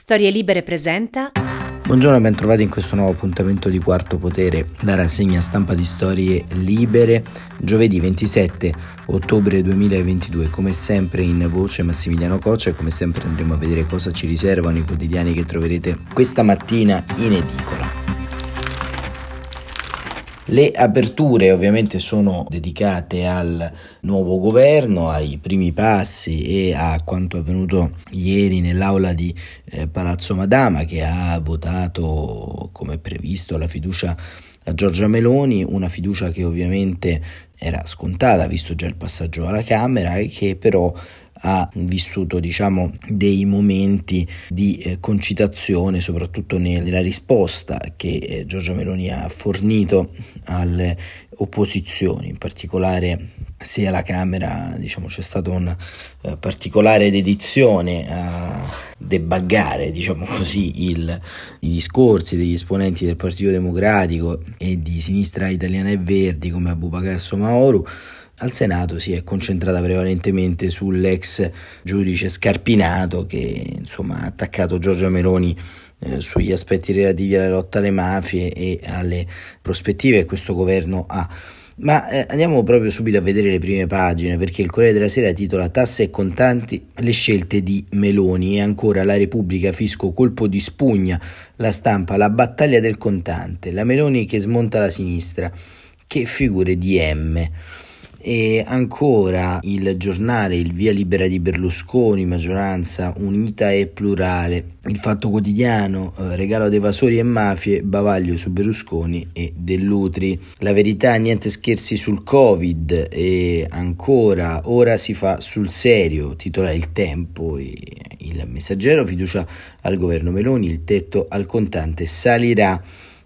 Storie Libere presenta. Buongiorno e ben trovati in questo nuovo appuntamento di Quarto Potere, la rassegna stampa di Storie Libere, giovedì 27 ottobre 2022. Come sempre in voce Massimiliano Coccia e come sempre andremo a vedere cosa ci riservano i quotidiani che troverete questa mattina in edicola. Le aperture ovviamente sono dedicate al nuovo governo, ai primi passi e a quanto avvenuto ieri nell'aula di Palazzo Madama, che ha votato come previsto la fiducia a Giorgia Meloni, una fiducia che ovviamente era scontata visto già il passaggio alla Camera e che però ha vissuto dei momenti di concitazione, soprattutto nella risposta che Giorgia Meloni ha fornito alle opposizioni, in particolare se alla Camera c'è stata una particolare dedizione a debuggare i discorsi degli esponenti del Partito Democratico e di Sinistra Italiana e Verdi come Abubakar Soumahoro. Al Senato si è concentrata prevalentemente sull'ex giudice Scarpinato che ha attaccato Giorgia Meloni sugli aspetti relativi alla lotta alle mafie e alle prospettive che questo governo ha. Ma andiamo proprio subito a vedere le prime pagine, perché il Corriere della Sera titola "Tasse e contanti, le scelte di Meloni", e ancora "La Repubblica, fisco colpo di spugna", La Stampa, "La battaglia del contante, la Meloni che smonta la sinistra, che figure di M". E ancora Il Giornale, "Il via libera di Berlusconi, maggioranza unita e plurale". Il Fatto Quotidiano, "Regalo ad evasori e mafie, bavaglio su Berlusconi e Dell'Utri". La Verità, "Niente scherzi sul Covid". E ancora "Ora si fa sul serio", titola Il Tempo. E Il Messaggero, "Fiducia al governo Meloni, il tetto al contante salirà".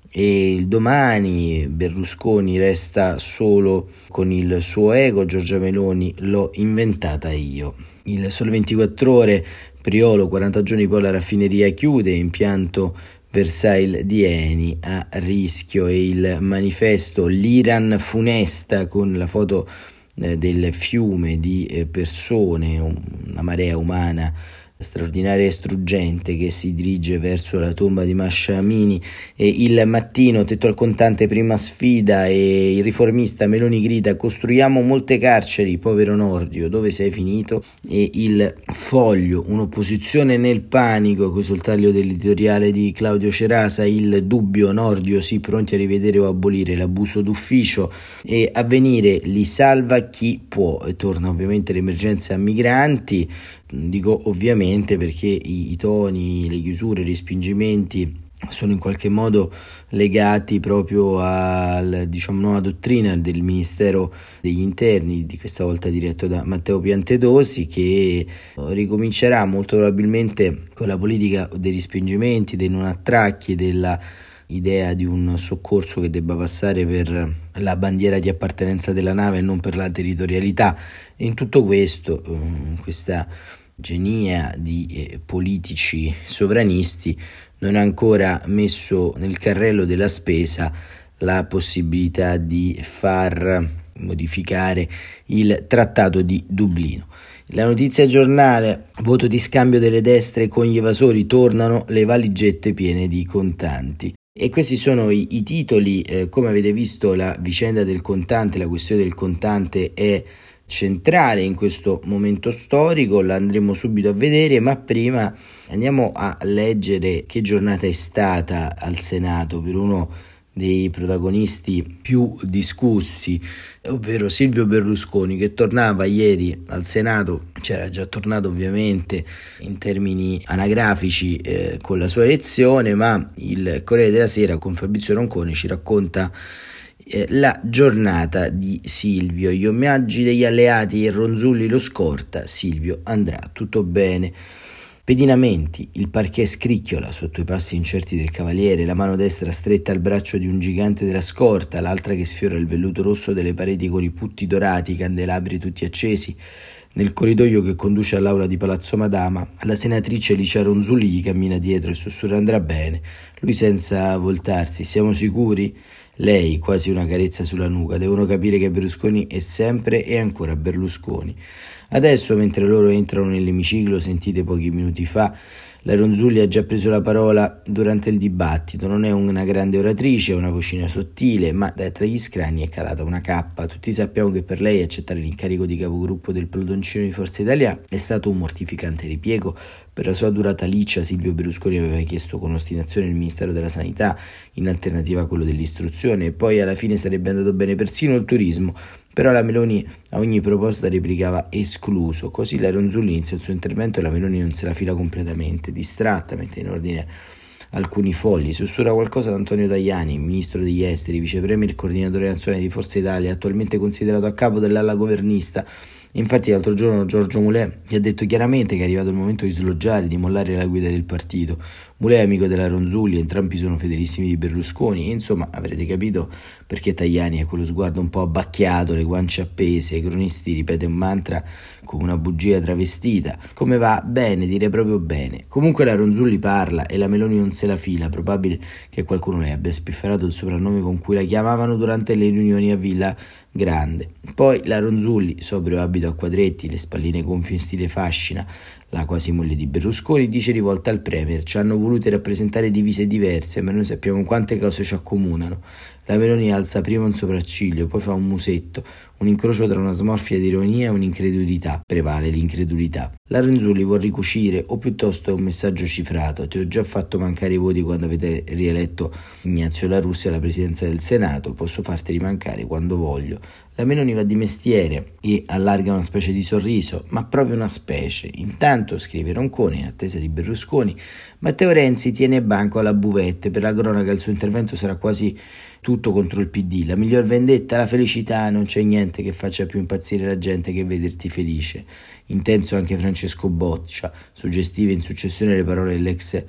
E il Domani, "Berlusconi resta solo con il suo ego, Giorgia Meloni l'ho inventata io". Il Sole 24 Ore, "Priolo, 40 giorni poi la raffineria chiude, impianto Versailles di Eni a rischio". E il Manifesto, "L'Iran funesta", con la foto del fiume di persone, una marea umana straordinaria e struggente che si dirige verso la tomba di Masha Amini. E Il Mattino, "Tetto al contante, prima sfida". E Il Riformista, "Meloni grida, costruiamo molte carceri, povero Nordio, dove sei finito?". E Il Foglio, "Un'opposizione nel panico", questo è il taglio dell'editoriale di Claudio Cerasa. Il Dubbio, "Nordio sì, pronti a rivedere o abolire l'abuso d'ufficio". E Avvenire, "Li salva chi può", e torna ovviamente l'emergenza migranti. Dico ovviamente perché i toni, le chiusure, i respingimenti sono in qualche modo legati proprio alla nuova dottrina del Ministero degli Interni, di questa volta diretto da Matteo Piantedosi, che ricomincerà molto probabilmente con la politica dei respingimenti, dei non attracchi, della idea di un soccorso che debba passare per la bandiera di appartenenza della nave e non per la territorialità. E in tutto questo, questa genia di politici sovranisti non ha ancora messo nel carrello della spesa la possibilità di far modificare il Trattato di Dublino. La Notizia Giornale, "Voto di scambio delle destre con gli evasori, tornano le valigette piene di contanti". E questi sono i titoli. Come avete visto, la vicenda del contante, la questione del contante è centrale in questo momento storico, la andremo subito a vedere, ma prima andiamo a leggere che giornata è stata al Senato per uno dei protagonisti più discussi, ovvero Silvio Berlusconi, che tornava ieri al Senato. C'era già tornato ovviamente in termini anagrafici con la sua elezione, ma il Corriere della Sera con Fabrizio Roncone ci racconta la giornata di Silvio. "Gli omaggi degli alleati e Ronzulli lo scorta, Silvio andrà tutto bene". Pedinamenti, il parquet scricchiola sotto i passi incerti del cavaliere, la mano destra stretta al braccio di un gigante della scorta, l'altra che sfiora il velluto rosso delle pareti con i putti dorati, i candelabri tutti accesi. Nel corridoio che conduce all'aula di Palazzo Madama, la senatrice Licia Ronzulli gli cammina dietro e sussurra "andrà bene". Lui senza voltarsi: "Siamo sicuri?". Lei, quasi una carezza sulla nuca: "Devono capire che Berlusconi è sempre e ancora Berlusconi". Adesso, mentre loro entrano nell'emiciclo, sentite pochi minuti fa, La Ronzulli ha già preso la parola durante il dibattito, non è una grande oratrice, è una vocina sottile, ma tra gli scranni è calata una cappa. Tutti sappiamo che per lei accettare l'incarico di capogruppo del pelotoncino di Forza Italia è stato un mortificante ripiego. Per la sua durata licia Silvio Berlusconi aveva chiesto con ostinazione il Ministero della Sanità in alternativa a quello dell'istruzione e poi alla fine sarebbe andato bene persino il turismo, però la Meloni a ogni proposta replicava escluso. Così la Ronzulli inizia il suo intervento e la Meloni non se la fila completamente, distratta, mette in ordine alcuni fogli, sussurra qualcosa ad Antonio Tajani, ministro degli esteri, vicepremier e coordinatore nazionale di Forza Italia, attualmente considerato a capo dell'ala governista. Infatti l'altro giorno Giorgio Mulè gli ha detto chiaramente che è arrivato il momento di sloggiare, di mollare la guida del partito. Mulè è amico della Ronzulli, entrambi sono fedelissimi di Berlusconi e insomma avrete capito perché Tajani ha quello sguardo un po' abbacchiato, le guance appese, ai cronisti ripete un mantra come una bugia travestita. Come va? Bene, direi proprio bene. Comunque la Ronzulli parla e la Meloni non se la fila, probabile che qualcuno le abbia spifferato il soprannome con cui la chiamavano durante le riunioni a Villa Grande. Poi la Ronzulli, sobrio abito a quadretti, le spalline gonfie in stile fascina, la quasi moglie di Berlusconi, dice rivolta al premier: ci hanno voluti rappresentare divise diverse, ma noi sappiamo quante cose ci accomunano. La Meloni alza prima un sopracciglio, poi fa un musetto, un incrocio tra una smorfia di ironia e un'incredulità. Prevale l'incredulità. La Ronzulli vuol ricucire, o piuttosto è un messaggio cifrato: ti ho già fatto mancare i voti quando avete rieletto Ignazio La Russa alla presidenza del Senato, posso farti rimancare quando voglio. La Meloni va di mestiere e allarga una specie di sorriso, ma proprio una specie. Intanto, scrive Roncone, in attesa di Berlusconi, Matteo Renzi tiene banco alla buvette. Per la cronaca il suo intervento sarà quasi tutto contro il PD. La miglior vendetta, la felicità, non c'è niente che faccia più impazzire la gente che vederti felice. Intenso anche Francesco Boccia, suggestive in successione le parole dell'ex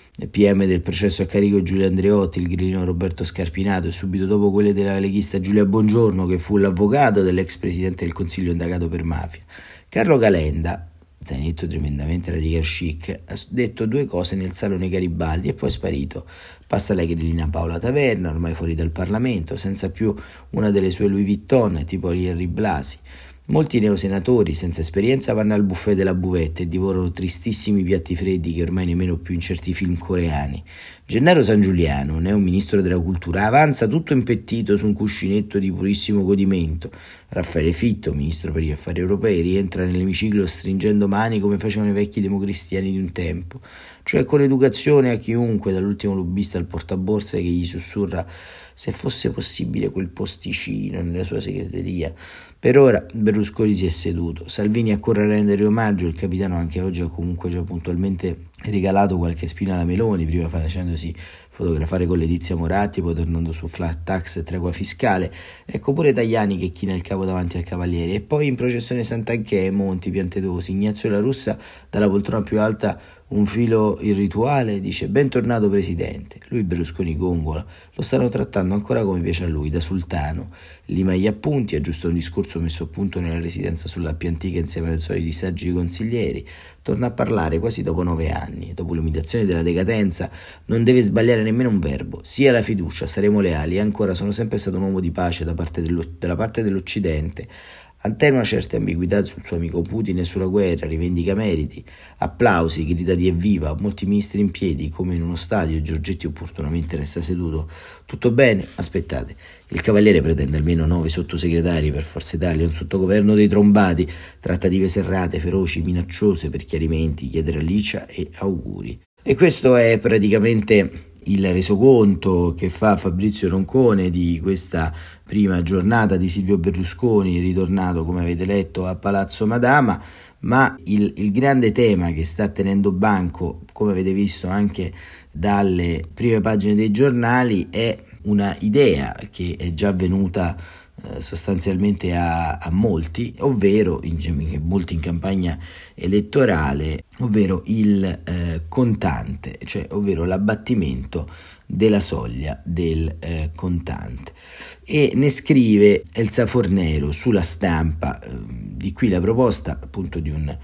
PM del processo a carico Giulio Andreotti, il grillino Roberto Scarpinato e subito dopo quelle della leghista Giulia Bongiorno, che fu l'avvocato dell'ex presidente del Consiglio indagato per mafia. Carlo Calenda, zainetto tremendamente radical chic, ha detto due cose nel salone Garibaldi e poi è sparito. Passa la grillina Paola Taverna, ormai fuori dal Parlamento, senza più una delle sue Louis Vuitton, tipo Henri Blasi. Molti neosenatori senza esperienza vanno al buffet della buvette e divorano tristissimi piatti freddi che ormai nemmeno più in certi film coreani. Gennaro San Giuliano, neo ministro della cultura, avanza tutto impettito su un cuscinetto di purissimo godimento. Raffaele Fitto, ministro per gli affari europei, rientra nell'emiciclo stringendo mani come facevano i vecchi democristiani di un tempo, cioè con educazione a chiunque, dall'ultimo lobbista al portaborse che gli sussurra se fosse possibile quel posticino nella sua segreteria. Per ora Berlusconi si è seduto, Salvini accorre a rendere omaggio, il capitano anche oggi ha comunque già puntualmente regalato qualche spina alla Meloni, prima facendosi fotografare con Letizia Moratti, poi tornando su flat tax e tregua fiscale. Ecco pure Tajani che china il capo davanti al Cavaliere. E poi in processione Sant'Anché, Monti, Piantedosi, Ignazio La Russa dalla poltrona più alta un filo irrituale dice: bentornato presidente. Lui Berlusconi gongola, lo stanno trattando ancora come piace a lui, da sultano. Lima gli appunti, aggiusta un discorso messo a punto nella residenza sulla più antica insieme ai suoi saggi consiglieri, torna a parlare quasi dopo 9 anni. Dopo l'umiliazione della decadenza non deve sbagliare nemmeno un verbo. Sia la fiducia, saremo leali, e ancora sono sempre stato un uomo di pace dalla parte dell'Occidente. Antenua certe ambiguità sul suo amico Putin e sulla guerra, rivendica meriti, applausi, grida di evviva, molti ministri in piedi come in uno stadio. Giorgetti opportunamente resta seduto. Tutto bene? Aspettate, il Cavaliere pretende almeno 9 sottosegretari per Forza Italia, un sottogoverno dei trombati, trattative serrate, feroci, minacciose per chiarimenti, chiedere a Licia e auguri. E questo è praticamente il resoconto che fa Fabrizio Roncone di questa prima giornata di Silvio Berlusconi, ritornato, come avete letto, a Palazzo Madama. Ma il grande tema che sta tenendo banco, come avete visto anche dalle prime pagine dei giornali, è una idea che è già venuta sostanzialmente a molti, ovvero molti in campagna elettorale, ovvero il contante, cioè ovvero l'abbattimento della soglia del contante. E ne scrive Elsa Fornero sulla Stampa, di qui la proposta appunto di un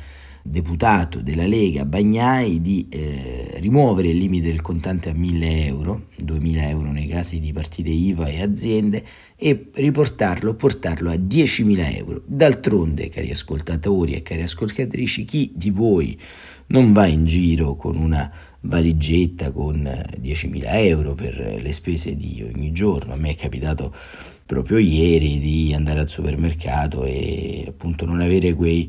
deputato della Lega Bagnai di rimuovere il limite del contante a 1.000 euro, 2.000 euro nei casi di partite IVA e aziende, e portarlo a 10.000 euro. D'altronde, cari ascoltatori e cari ascoltatrici, chi di voi non va in giro con una valigetta con 10.000 euro per le spese di ogni giorno? A me è capitato proprio ieri di andare al supermercato e appunto non avere quei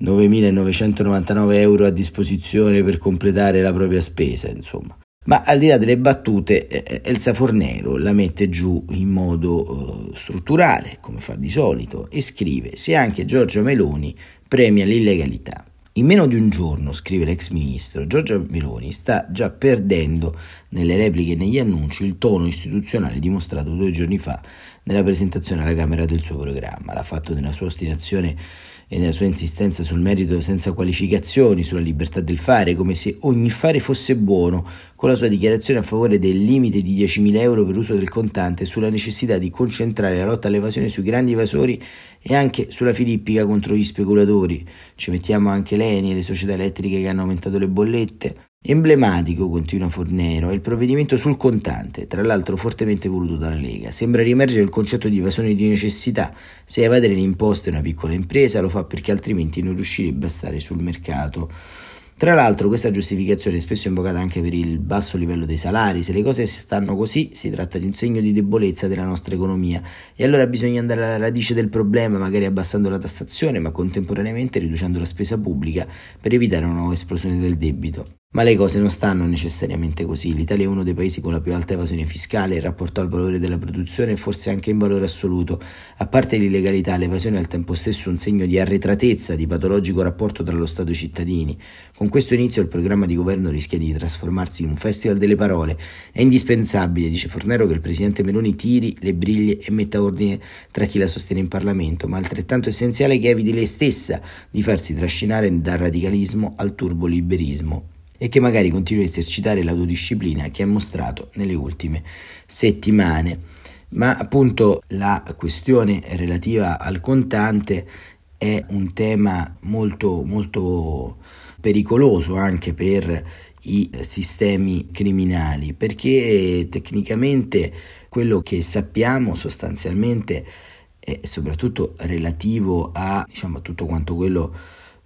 9.999 euro a disposizione per completare la propria spesa, insomma. Ma al di là delle battute, Elsa Fornero la mette giù in modo strutturale, come fa di solito, e scrive: se anche Giorgia Meloni premia l'illegalità. In meno di un giorno, scrive l'ex ministro, Giorgia Meloni sta già perdendo nelle repliche e negli annunci il tono istituzionale dimostrato 2 giorni fa nella presentazione alla Camera del suo programma. L'ha fatto nella sua ostinazione e nella sua insistenza sul merito senza qualificazioni, sulla libertà del fare, come se ogni fare fosse buono, con la sua dichiarazione a favore del limite di 10.000 euro per uso del contante e sulla necessità di concentrare la lotta all'evasione sui grandi evasori e anche sulla filippica contro gli speculatori. Ci mettiamo anche l'ENI e le società elettriche che hanno aumentato le bollette. Emblematico, continua Fornero, è il provvedimento sul contante, tra l'altro fortemente voluto dalla Lega. Sembra riemergere il concetto di evasione di necessità. Se evadere le imposte è una piccola impresa, lo fa perché altrimenti non riuscirebbe a stare sul mercato. Tra l'altro questa giustificazione è spesso invocata anche per il basso livello dei salari. Se le cose stanno così, si tratta di un segno di debolezza della nostra economia e allora bisogna andare alla radice del problema, magari abbassando la tassazione, ma contemporaneamente riducendo la spesa pubblica per evitare una nuova esplosione del debito. Ma le cose non stanno necessariamente così. L'Italia è uno dei paesi con la più alta evasione fiscale in rapporto al valore della produzione e forse anche in valore assoluto. A parte l'illegalità, l'evasione è al tempo stesso un segno di arretratezza, di patologico rapporto tra lo Stato e i cittadini. Con questo inizio il programma di governo rischia di trasformarsi in un festival delle parole. È indispensabile, dice Fornero, che il presidente Meloni tiri le briglie e metta ordine tra chi la sostiene in Parlamento, ma altrettanto essenziale che eviti lei stessa di farsi trascinare dal radicalismo al turboliberismo e che magari continui a esercitare l'autodisciplina che ha mostrato nelle ultime settimane. Ma appunto la questione relativa al contante è un tema molto molto pericoloso anche per i sistemi criminali, perché tecnicamente quello che sappiamo sostanzialmente è soprattutto relativo a tutto quanto quello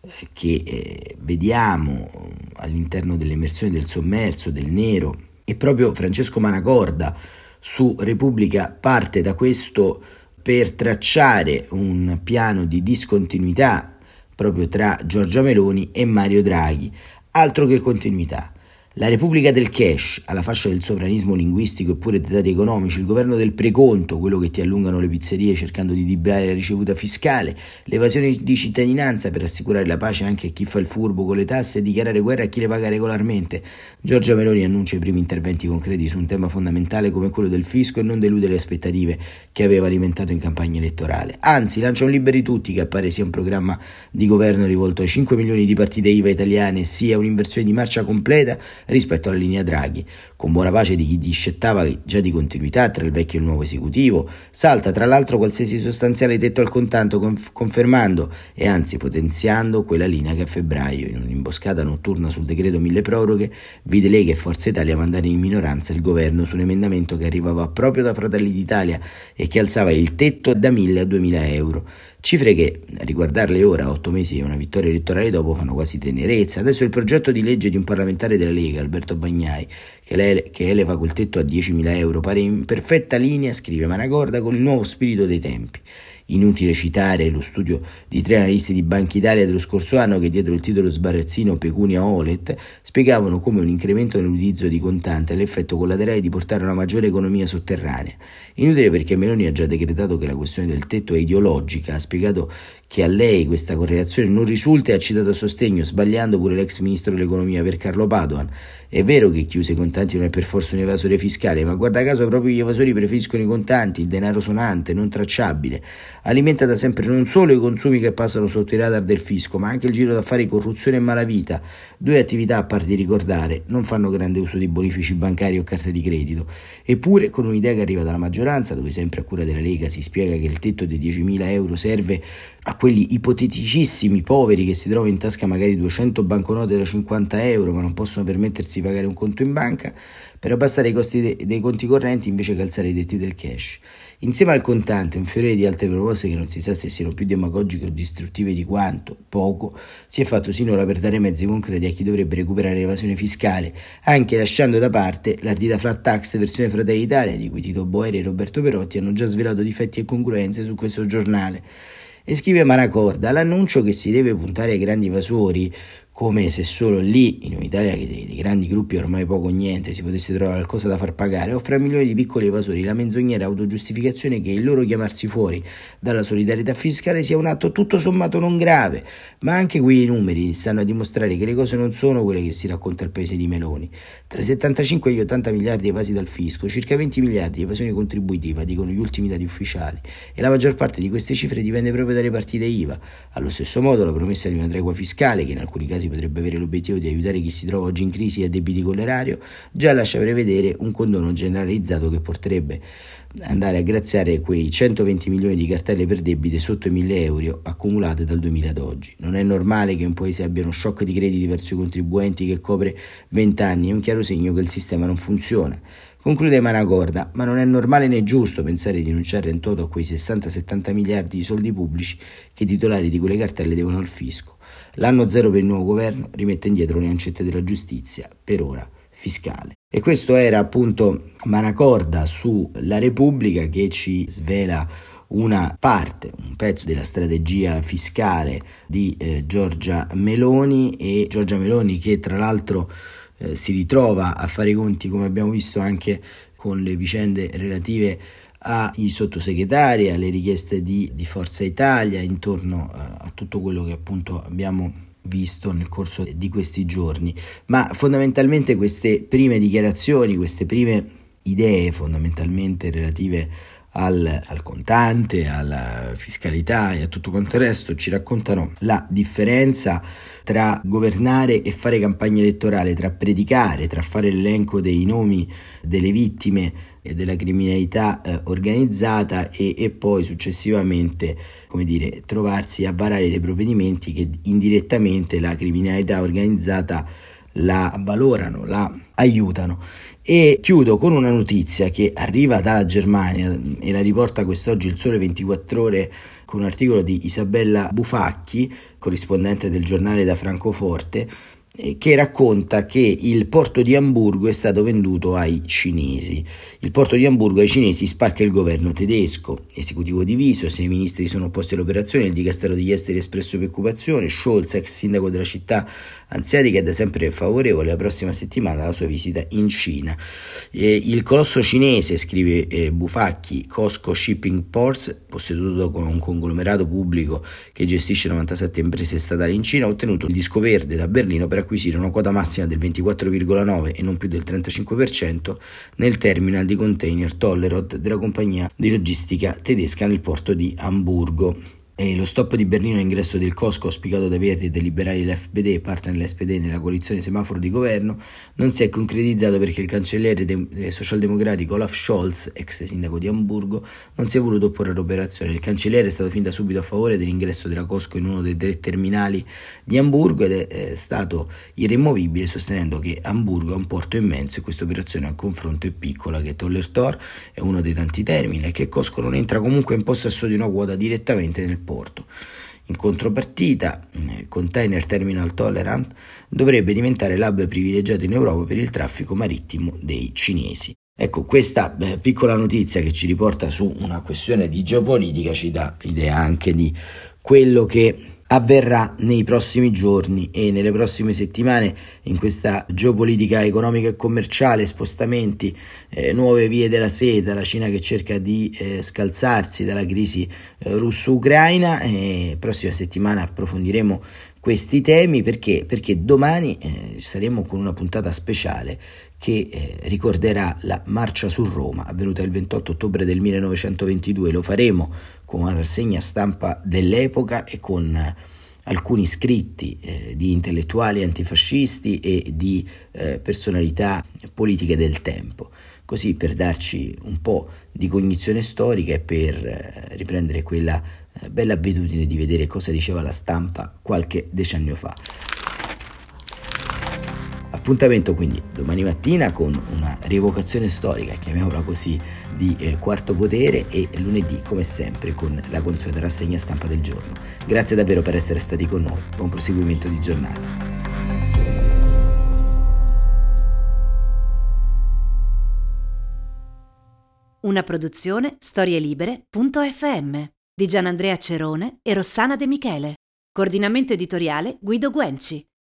che vediamo all'interno dell'emersione del sommerso, del nero, e proprio Francesco Manacorda su Repubblica parte da questo per tracciare un piano di discontinuità proprio tra Giorgia Meloni e Mario Draghi. Altro che continuità. La Repubblica del cash, alla fascia del sovranismo linguistico eppure dei dati economici, il governo del preconto, quello che ti allungano le pizzerie cercando di dibrare la ricevuta fiscale, l'evasione di cittadinanza per assicurare la pace anche a chi fa il furbo con le tasse e dichiarare guerra a chi le paga regolarmente. Giorgia Meloni annuncia i primi interventi concreti su un tema fondamentale come quello del fisco e non delude le aspettative che aveva alimentato in campagna elettorale. Anzi, lancia un Liberi Tutti che appare sia un programma di governo rivolto ai 5 milioni di partite IVA italiane sia un'inversione di marcia completa rispetto alla linea Draghi. Con buona pace di chi discettava già di continuità tra il vecchio e il nuovo esecutivo, salta tra l'altro qualsiasi sostanziale tetto al contante, confermando e anzi potenziando quella linea che a febbraio, in un'imboscata notturna sul decreto mille proroghe, vide Lega e Forza Italia mandare in minoranza il governo su un emendamento che arrivava proprio da Fratelli d'Italia e che alzava il tetto da 1.000 a 2.000 euro. Cifre che, a riguardarle ora, 8 mesi e una vittoria elettorale dopo, fanno quasi tenerezza. Adesso il progetto di legge di un parlamentare della Lega, Alberto Bagnai, che eleva quel tetto a 10.000 euro, pare in perfetta linea, scrive Manacorda, con il nuovo spirito dei tempi. Inutile citare lo studio di 3 analisti di Banca Italia dello scorso anno che dietro il titolo sbarazzino Pecunia Olet spiegavano come un incremento nell'utilizzo di contante ha l'effetto collaterale di portare una maggiore economia sotterranea. Inutile perché Meloni ha già decretato che la questione del tetto è ideologica, ha spiegato che a lei questa correlazione non risulta e ha citato a sostegno, sbagliando, pure l'ex ministro dell'economia per Carlo Padoan. È vero che chi usa i contanti non è per forza un evasore fiscale, ma guarda caso proprio gli evasori preferiscono i contanti, il denaro sonante, non tracciabile. Alimenta da sempre non solo i consumi che passano sotto i radar del fisco, ma anche il giro d'affari, corruzione e malavita. Due attività, a parte di ricordare, non fanno grande uso di bonifici bancari o carte di credito. Eppure, con un'idea che arriva dalla maggioranza, dove sempre a cura della Lega si spiega che il tetto dei 10.000 euro serve a quelli ipoteticissimi poveri che si trovano in tasca magari 200 banconote da 50 euro ma non possono permettersi di pagare un conto in banca, per abbassare i costi dei conti correnti invece che alzare i tetti del cash. Insieme al contante, un fiore di altre proposte che non si sa se siano più demagogiche o distruttive di quanto, poco, si è fatto sinora per dare mezzi concreti a chi dovrebbe recuperare l'evasione fiscale, anche lasciando da parte l'ardita flat tax versione Fratelli d'Italia, di cui Tito Boeri e Roberto Perotti hanno già svelato difetti e congruenze su questo giornale. E scrive Manacorda: l'annuncio che si deve puntare ai grandi evasori, come se solo lì, in un'Italia che dei grandi gruppi ormai poco o niente, si potesse trovare qualcosa da far pagare, offre a milioni di piccoli evasori la menzognera autogiustificazione che il loro chiamarsi fuori dalla solidarietà fiscale sia un atto tutto sommato non grave, ma anche qui i numeri stanno a dimostrare che le cose non sono quelle che si racconta al paese di Meloni. Tra i 75 e gli 80 miliardi evasi dal fisco, circa 20 miliardi di evasione contributiva, dicono gli ultimi dati ufficiali, e la maggior parte di queste cifre dipende proprio dalle partite IVA. Allo stesso modo la promessa di una tregua fiscale, che in alcuni casi potrebbe avere l'obiettivo di aiutare chi si trova oggi in crisi e a debiti con l'erario, già lascia prevedere un condono generalizzato che porterebbe andare a graziare quei 120 milioni di cartelle per debite sotto i 1.000 euro accumulate dal 2000 ad oggi. Non è normale che un paese abbia uno shock di crediti verso i contribuenti che copre 20 anni, è un chiaro segno che il sistema non funziona. Conclude Manacorda: ma non è normale né giusto pensare di rinunciare in toto a quei 60-70 miliardi di soldi pubblici che i titolari di quelle cartelle devono al fisco. L'anno zero per il nuovo governo rimette indietro le ancette della giustizia, per ora fiscale. E questo era appunto Manacorda su La Repubblica, che ci svela una parte, un pezzo della strategia fiscale di Giorgia Meloni, e Giorgia Meloni che tra l'altro si ritrova a fare i conti, come abbiamo visto, anche con le vicende relative ai sottosegretari, alle richieste di Forza Italia intorno a tutto quello che appunto abbiamo visto nel corso di questi giorni. Ma fondamentalmente queste prime dichiarazioni, queste prime idee fondamentalmente relative al contante, alla fiscalità e a tutto quanto il resto, ci raccontano la differenza tra governare e fare campagna elettorale, tra predicare, tra fare l'elenco dei nomi delle vittime e della criminalità organizzata e poi successivamente, come dire, trovarsi a varare dei provvedimenti che indirettamente la criminalità organizzata la avvalorano, la aiutano. E chiudo con una notizia che arriva dalla Germania e la riporta quest'oggi il Sole 24 Ore con un articolo di Isabella Bufacchi, corrispondente del giornale da Francoforte, che racconta che il porto di Amburgo è stato venduto ai cinesi. Il porto di Amburgo ai cinesi, spacca il governo tedesco. Esecutivo diviso, 6 ministri sono opposti all'operazione, il Dicastero degli Esteri ha espresso preoccupazione, Scholz, ex sindaco della città anseatica, è da sempre favorevole la prossima settimana alla sua visita in Cina. Il colosso cinese, scrive Bufacchi, COSCO Shipping Ports, posseduto con un conglomerato pubblico che gestisce 97 imprese statali in Cina, ha ottenuto il disco verde da Berlino per acquisire una quota massima del 24,9% e non più del 35% nel terminal di container Tollerod della compagnia di logistica tedesca nel porto di Amburgo. E lo stop di Berlino all'ingresso del COSCO, auspicato dai Verdi e dai liberali dell'FPD, partner dell'SPD nella coalizione semaforo di governo, non si è concretizzato perché il cancelliere socialdemocratico Olaf Scholz, ex sindaco di Amburgo, non si è voluto opporre all'operazione. Il cancelliere è stato fin da subito a favore dell'ingresso della COSCO in uno dei 3 terminali di Amburgo ed è stato irremovibile, sostenendo che Amburgo è un porto immenso e questa operazione al confronto è piccola, che Tollertor è uno dei tanti termini e che COSCO non entra comunque in possesso di una quota direttamente nel porto. In contropartita, Container Terminal Tolerant dovrebbe diventare l'hub privilegiato in Europa per il traffico marittimo dei cinesi. Ecco, questa piccola notizia che ci riporta su una questione di geopolitica ci dà l'idea anche di quello che avverrà nei prossimi giorni e nelle prossime settimane in questa geopolitica economica e commerciale, spostamenti, nuove vie della seta, la Cina che cerca di scalzarsi dalla crisi russo-ucraina. Prossima settimana approfondiremo questi temi perché domani saremo con una puntata speciale che ricorderà la marcia su Roma avvenuta il 28 ottobre del 1922. Lo faremo con una rassegna stampa dell'epoca e con alcuni scritti di intellettuali antifascisti e di personalità politiche del tempo, così per darci un po' di cognizione storica e per riprendere quella bella abitudine di vedere cosa diceva la stampa qualche decennio fa. Appuntamento quindi domani mattina con una rievocazione storica, chiamiamola così, di Quarto Potere, e lunedì come sempre con la consueta rassegna stampa del giorno. Grazie davvero per essere stati con noi, buon proseguimento di giornata. Una produzione storielibere.fm di Gianandrea Cerone e Rossana De Michele. Coordinamento editoriale Guido Guenci.